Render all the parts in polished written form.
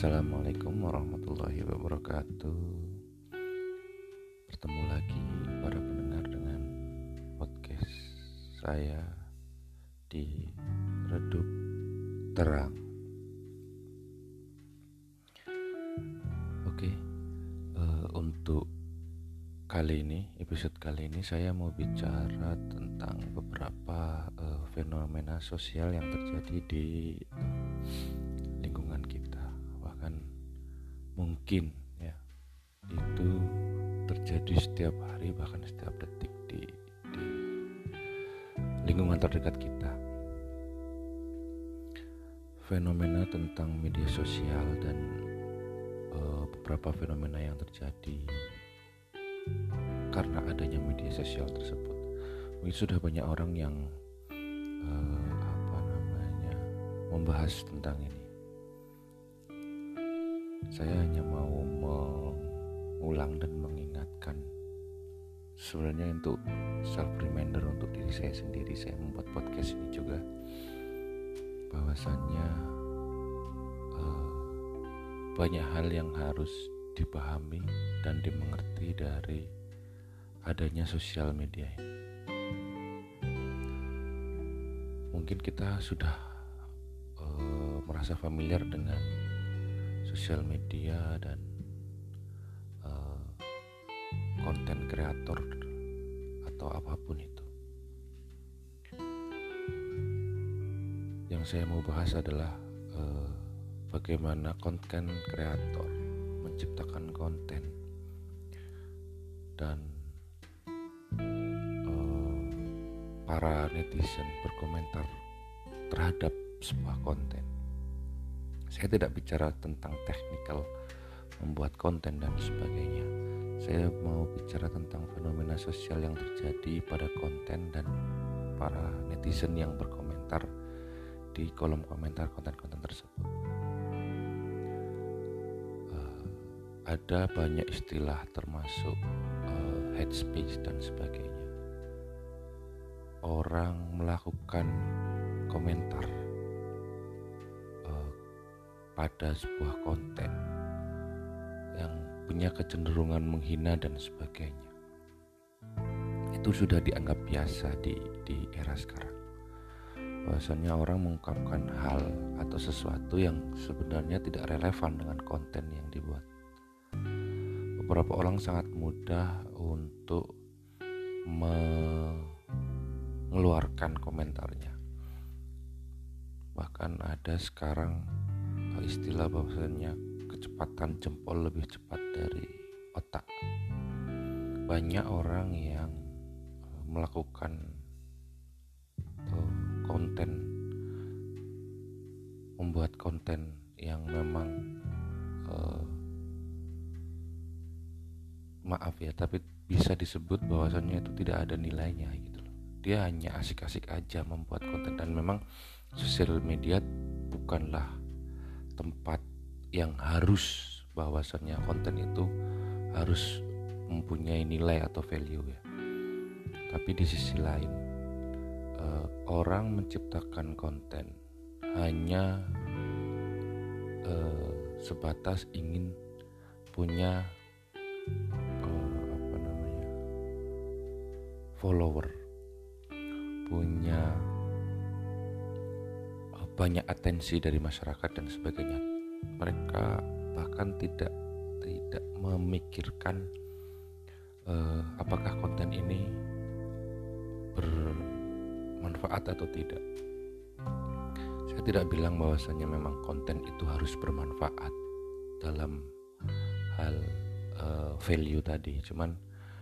Assalamualaikum warahmatullahi wabarakatuh. Bertemu lagi para pendengar dengan podcast saya di Redup Terang. Oke, untuk episode kali ini saya mau bicara tentang beberapa fenomena sosial yang terjadi di lingkungan kita. Bahkan mungkin ya itu terjadi setiap hari, bahkan setiap detik di lingkungan terdekat kita. Fenomena tentang media sosial dan beberapa fenomena yang terjadi karena adanya media sosial tersebut. Mungkin sudah banyak orang yang membahas tentang ini. Saya hanya mau mengulang dan mengingatkan, sebenarnya untuk self reminder untuk diri saya sendiri. Saya membuat podcast ini juga bahwasannya banyak hal yang harus dipahami dan dimengerti dari adanya sosial media ini. Mungkin kita sudah merasa familiar dengan sosial media dan konten kreator atau apapun itu. Yang saya mau bahas adalah bagaimana konten kreator menciptakan konten dan para netizen berkomentar terhadap sebuah konten. Saya tidak bicara tentang teknikal membuat konten dan sebagainya. Saya mau bicara tentang fenomena sosial yang terjadi pada konten dan para netizen yang berkomentar di kolom komentar konten-konten tersebut. Ada banyak istilah termasuk hate speech dan sebagainya. Orang melakukan komentar pada sebuah konten yang punya kecenderungan menghina dan sebagainya. Itu sudah dianggap biasa di era sekarang. Bahwasanya orang mengungkapkan hal atau sesuatu yang sebenarnya tidak relevan dengan konten yang dibuat. Beberapa orang sangat mudah untuk mengeluarkan komentarnya. Bahkan ada sekarang istilah bahwasanya kecepatan jempol lebih cepat dari otak. Banyak orang yang melakukan membuat konten yang memang tapi bisa disebut bahwasanya itu tidak ada nilainya gitu loh. Dia hanya asik-asik aja membuat konten, dan memang sosial media bukanlah tempat yang harus bahwasannya konten itu harus mempunyai nilai atau value ya. Tapi di sisi lain orang menciptakan konten hanya sebatas ingin punya follower, punya banyak atensi dari masyarakat dan sebagainya. Mereka bahkan tidak memikirkan apakah konten ini bermanfaat atau tidak. Saya tidak bilang bahwasanya memang konten itu harus bermanfaat dalam hal value tadi. Cuman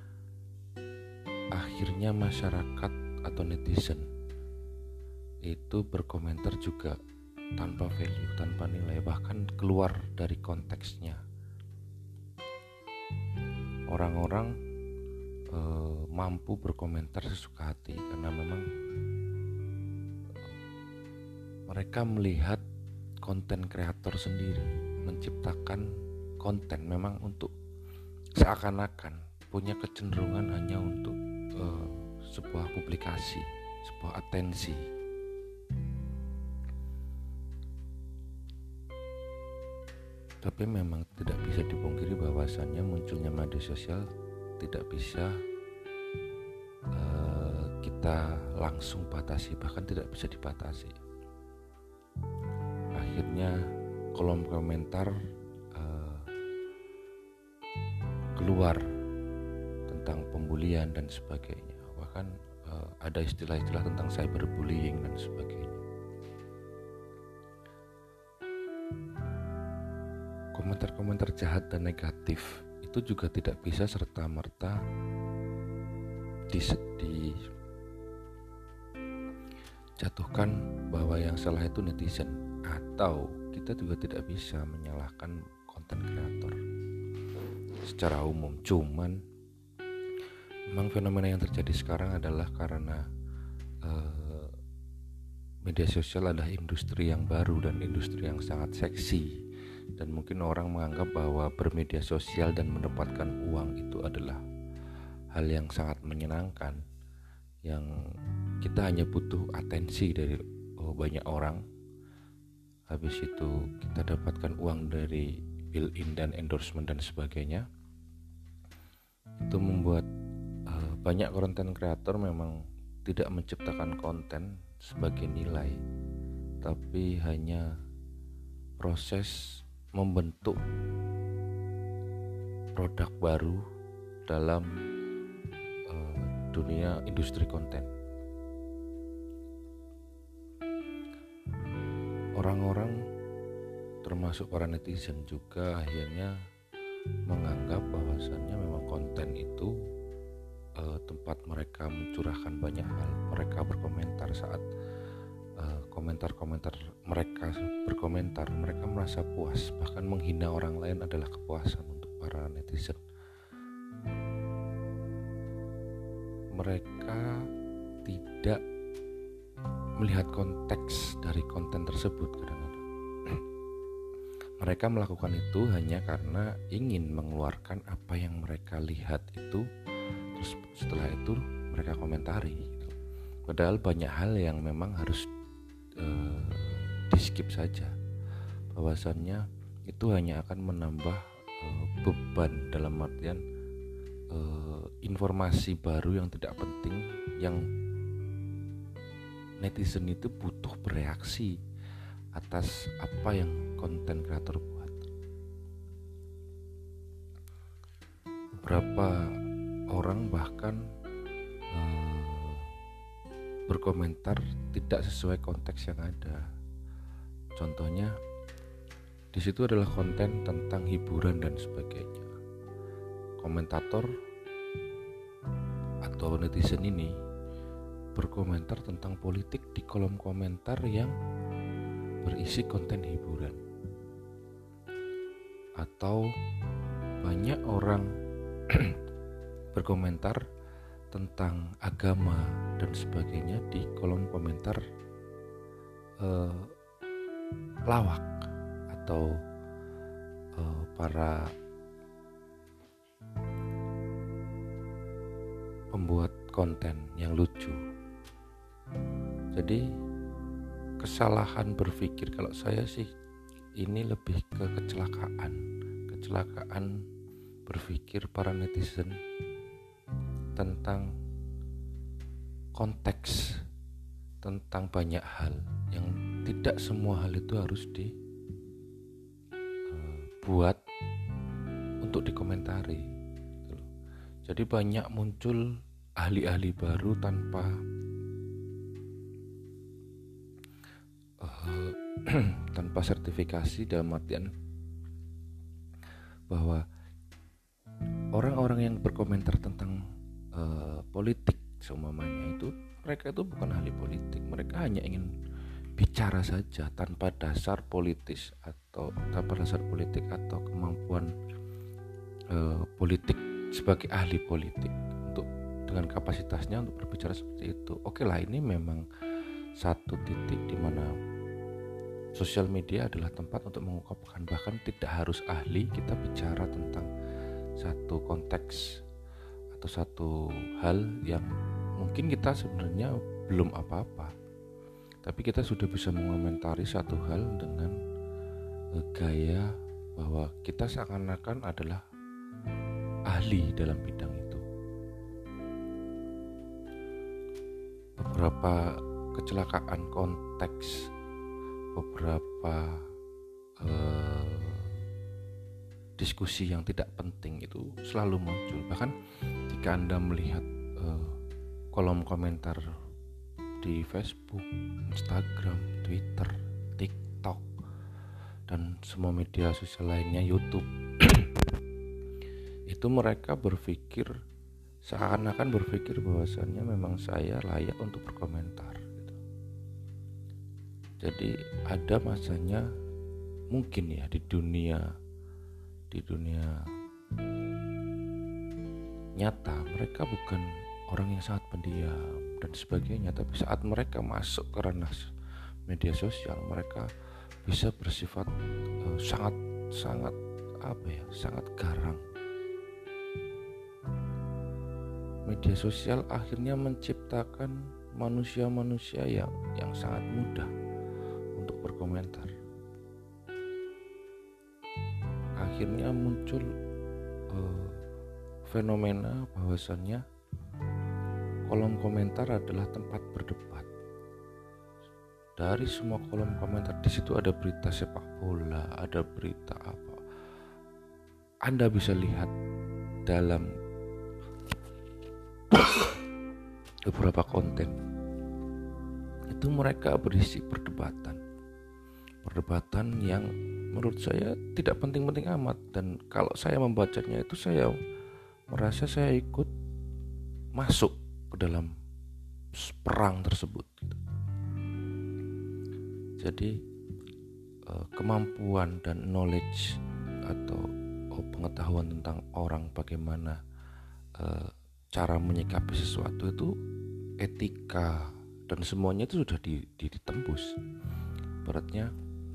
akhirnya masyarakat atau netizen itu berkomentar juga tanpa value, tanpa nilai, bahkan keluar dari konteksnya. Orang-orang mampu berkomentar sesuka hati karena memang mereka melihat konten kreator sendiri menciptakan konten memang untuk seakan-akan punya kecenderungan hanya untuk sebuah publikasi, sebuah atensi. Tapi memang tidak bisa dipungkiri bahwasannya munculnya media sosial tidak bisa kita langsung batasi, bahkan tidak bisa dibatasi. Akhirnya kolom komentar keluar tentang pembulian dan sebagainya. Bahkan ada istilah-istilah tentang cyberbullying dan sebagainya. Komentar-komentar jahat dan negatif itu juga tidak bisa serta-merta dijatuhkan bahwa yang salah itu netizen, atau kita juga tidak bisa menyalahkan konten kreator secara umum. Cuman memang fenomena yang terjadi sekarang adalah karena media sosial adalah industri yang baru dan industri yang sangat seksi, dan mungkin orang menganggap bahwa bermedia sosial dan mendapatkan uang itu adalah hal yang sangat menyenangkan, yang kita hanya butuh atensi dari banyak orang, habis itu kita dapatkan uang dari build-in dan endorsement dan sebagainya. Itu membuat banyak konten kreator memang tidak menciptakan konten sebagai nilai, tapi hanya proses membentuk produk baru dalam dunia industri konten. Orang-orang termasuk para netizen juga akhirnya menganggap bahwasannya memang konten itu tempat mereka mencurahkan banyak hal. Mereka berkomentar saat komentar-komentar mereka berkomentar, mereka merasa puas, bahkan menghina orang lain adalah kepuasan untuk para netizen. Mereka tidak melihat konteks dari konten tersebut kadang-kadang. Mereka melakukan itu hanya karena ingin mengeluarkan apa yang mereka lihat itu, terus setelah itu mereka komentari gitu. Padahal banyak hal yang memang harus di skip saja, bahwasannya itu hanya akan menambah beban, dalam artian informasi baru yang tidak penting, yang netizen itu butuh bereaksi atas apa yang konten kreator buat. Beberapa orang bahkan berkomentar tidak sesuai konteks yang ada. Contohnya di situ adalah konten tentang hiburan dan sebagainya. Komentator atau netizen ini berkomentar tentang politik di kolom komentar yang berisi konten hiburan. Atau banyak orang berkomentar tentang agama dan sebagainya di kolom komentar lawak atau para pembuat konten yang lucu. Jadi kesalahan berpikir, kalau saya sih ini lebih ke kecelakaan berpikir para netizen tentang konteks, tentang banyak hal yang tidak semua hal itu harus dibuat untuk dikomentari. Jadi banyak muncul ahli-ahli baru tanpa sertifikasi, dalam artian bahwa orang-orang yang berkomentar tentang politik seumpamanya itu, mereka itu bukan ahli politik, mereka hanya ingin bicara saja tanpa dasar politis atau kemampuan politik sebagai ahli politik untuk dengan kapasitasnya untuk berbicara seperti itu. Oke lah, ini memang satu titik di mana sosial media adalah tempat untuk mengungkapkan, bahkan tidak harus ahli, kita bicara tentang satu konteks atau satu hal yang mungkin kita sebenarnya belum apa-apa, tapi kita sudah bisa mengomentari satu hal dengan gaya bahwa kita seakan-akan adalah ahli dalam bidang itu. Beberapa kecelakaan konteks, beberapa diskusi yang tidak penting itu selalu muncul. Bahkan jika Anda melihat kolom komentar di Facebook, Instagram, Twitter, TikTok, dan semua media sosial lainnya, YouTube, itu mereka seakan-akan berpikir bahwasannya memang saya layak untuk berkomentar gitu. Jadi ada masanya mungkin ya di dunia nyata mereka bukan orang yang sangat pendiam dan sebagainya, tapi saat mereka masuk ke ranah media sosial mereka bisa bersifat sangat garang. Media sosial akhirnya menciptakan manusia-manusia yang sangat mudah untuk berkomentar. Akhirnya muncul fenomena bahwasannya kolom komentar adalah tempat berdebat. Dari semua kolom komentar di situ ada berita sepak bola, ada berita apa. Anda bisa lihat dalam beberapa konten itu mereka berisi perdebatan yang menurut saya tidak penting-penting amat, dan kalau saya membacanya itu saya merasa saya ikut masuk ke dalam perang tersebut gitu. Jadi kemampuan dan knowledge atau pengetahuan tentang orang bagaimana cara menyikapi sesuatu itu, etika dan semuanya itu sudah ditembus. Beratnya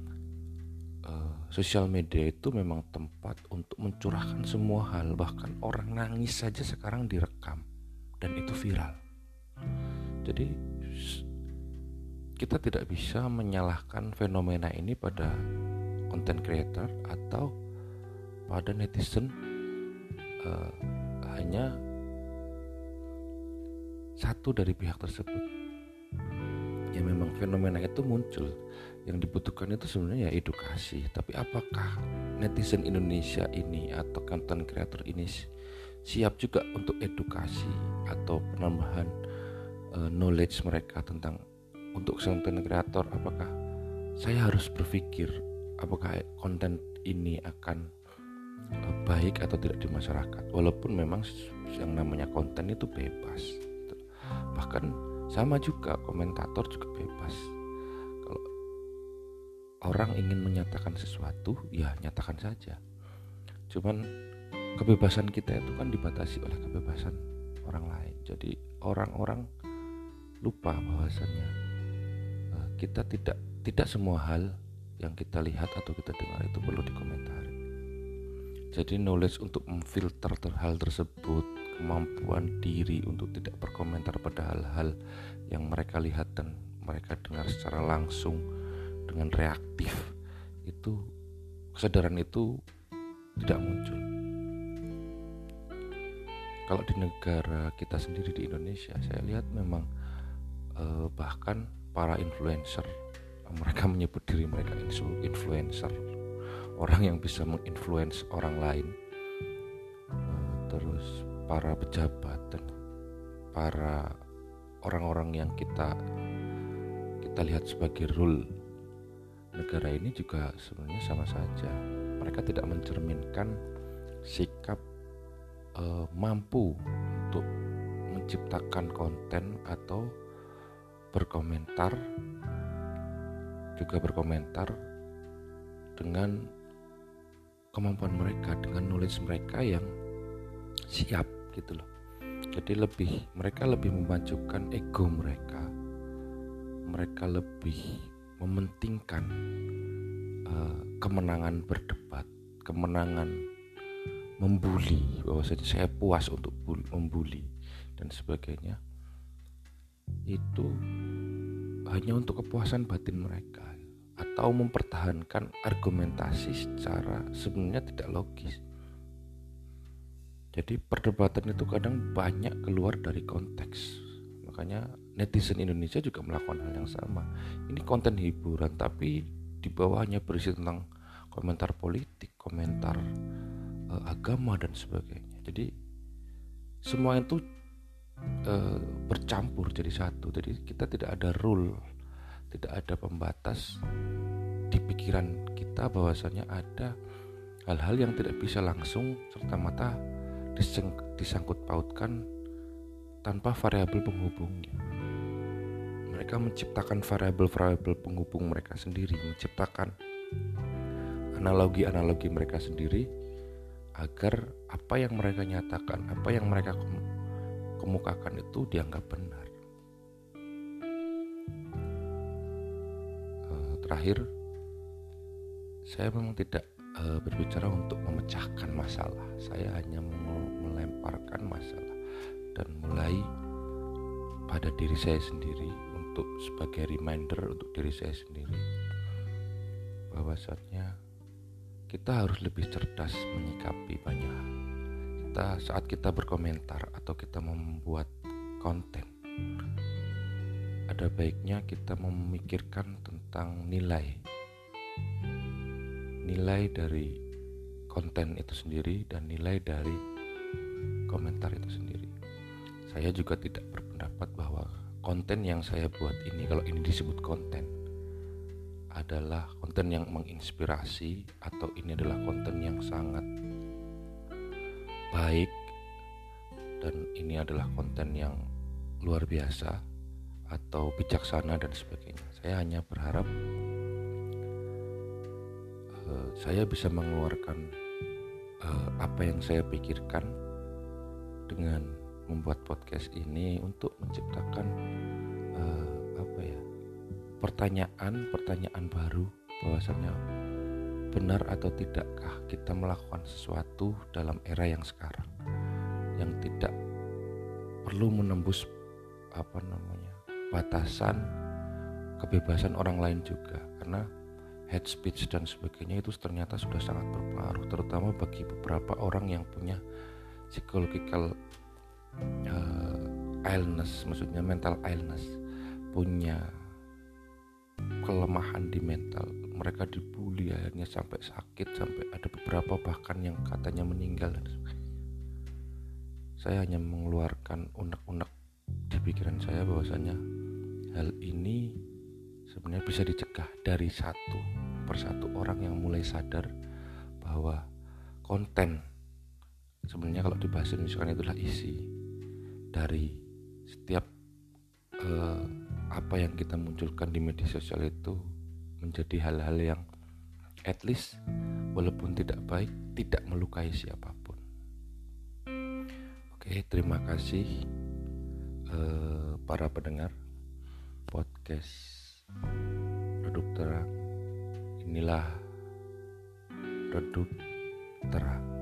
sosial media itu memang tempat untuk mencurahkan semua hal, bahkan orang nangis saja sekarang direkam dan itu viral. Jadi kita tidak bisa menyalahkan fenomena ini pada content creator atau pada netizen, hanya satu dari pihak tersebut. Ya memang fenomena itu muncul, yang dibutuhkan itu sebenarnya ya edukasi. Tapi apakah netizen Indonesia ini atau content creator ini siap juga untuk edukasi atau penambahan knowledge mereka tentang untuk content creator? Apakah saya harus berpikir apakah konten ini akan baik atau tidak di masyarakat, walaupun memang yang namanya konten itu bebas. Bahkan sama juga komentator juga bebas. Kalau orang ingin menyatakan sesuatu, ya nyatakan saja. Cuman kebebasan kita itu kan dibatasi oleh kebebasan orang lain. Jadi orang-orang lupa bahwasannya kita tidak semua hal yang kita lihat atau kita dengar itu perlu dikomentari. Jadi knowledge untuk memfilter hal tersebut, kemampuan diri untuk tidak berkomentar pada hal-hal yang mereka lihat dan mereka dengar secara langsung dengan reaktif, itu kesadaran itu tidak muncul. Kalau di negara kita sendiri di Indonesia, saya lihat memang bahkan para influencer, mereka menyebut diri mereka influencer, orang yang bisa menginfluence orang lain, terus para pejabat dan para orang-orang yang kita lihat sebagai rule negara ini juga sebenarnya sama saja. Mereka tidak mencerminkan sikap mampu untuk menciptakan konten atau berkomentar dengan kemampuan mereka, dengan knowledge mereka yang siap gitu loh. Jadi mereka lebih memajukan ego mereka lebih mementingkan kemenangan berdebat, kemenangan membuli, bahwasanya saya puas untuk membuli dan sebagainya. Itu hanya untuk kepuasan batin mereka. atau mempertahankan argumentasi secara sebenarnya tidak logis. Jadi perdebatan itu kadang banyak keluar dari konteks. Makanya netizen Indonesia juga melakukan hal yang sama. Ini konten hiburan tapi di bawahnya berisi tentang komentar politik, komentar agama dan sebagainya. Jadi semua itu bercampur jadi satu. Jadi kita tidak ada rule, tidak ada pembatas di pikiran kita bahwasanya ada hal-hal yang tidak bisa langsung serta-merta disangkut pautkan tanpa variabel penghubungnya. Mereka menciptakan variabel-variabel penghubung mereka sendiri, menciptakan analogi-analogi mereka sendiri agar apa yang mereka nyatakan, apa yang mereka kemukakan itu dianggap benar. Terakhir, saya memang tidak berbicara untuk memecahkan masalah. Saya hanya melemparkan masalah dan mulai pada diri saya sendiri untuk sebagai reminder untuk diri saya sendiri bahwasanya kita harus lebih cerdas menyikapi banyak hal. Saat kita berkomentar atau kita membuat konten, ada baiknya kita memikirkan tentang nilai dari konten itu sendiri dan nilai dari komentar itu sendiri. Saya juga tidak berpendapat bahwa konten yang saya buat ini, kalau ini disebut konten, adalah konten yang menginspirasi atau ini adalah konten yang sangat baik dan ini adalah konten yang luar biasa atau bijaksana dan sebagainya. Saya hanya berharap saya bisa mengeluarkan apa yang saya pikirkan dengan membuat podcast ini untuk menciptakan pertanyaan baru bahwasanya benar atau tidakkah kita melakukan sesuatu dalam era yang sekarang yang tidak perlu menembus batasan kebebasan orang lain juga, karena hate speech dan sebagainya itu ternyata sudah sangat berpengaruh, terutama bagi beberapa orang yang punya psychological illness, maksudnya mental illness, punya kelemahan di mental. Mereka dibully akhirnya sampai sakit, sampai ada beberapa bahkan yang katanya meninggal dan sebagainya. Saya hanya mengeluarkan unek-unek di pikiran saya bahwasanya hal ini sebenarnya bisa dicegah dari satu persatu orang yang mulai sadar bahwa konten sebenarnya kalau dibahas misalkan itulah isi dari setiap apa yang kita munculkan di media sosial itu menjadi hal-hal yang at least walaupun tidak baik tidak melukai siapapun. Oke, terima kasih para pendengar podcast Redup Terang. Inilah Redup Terang.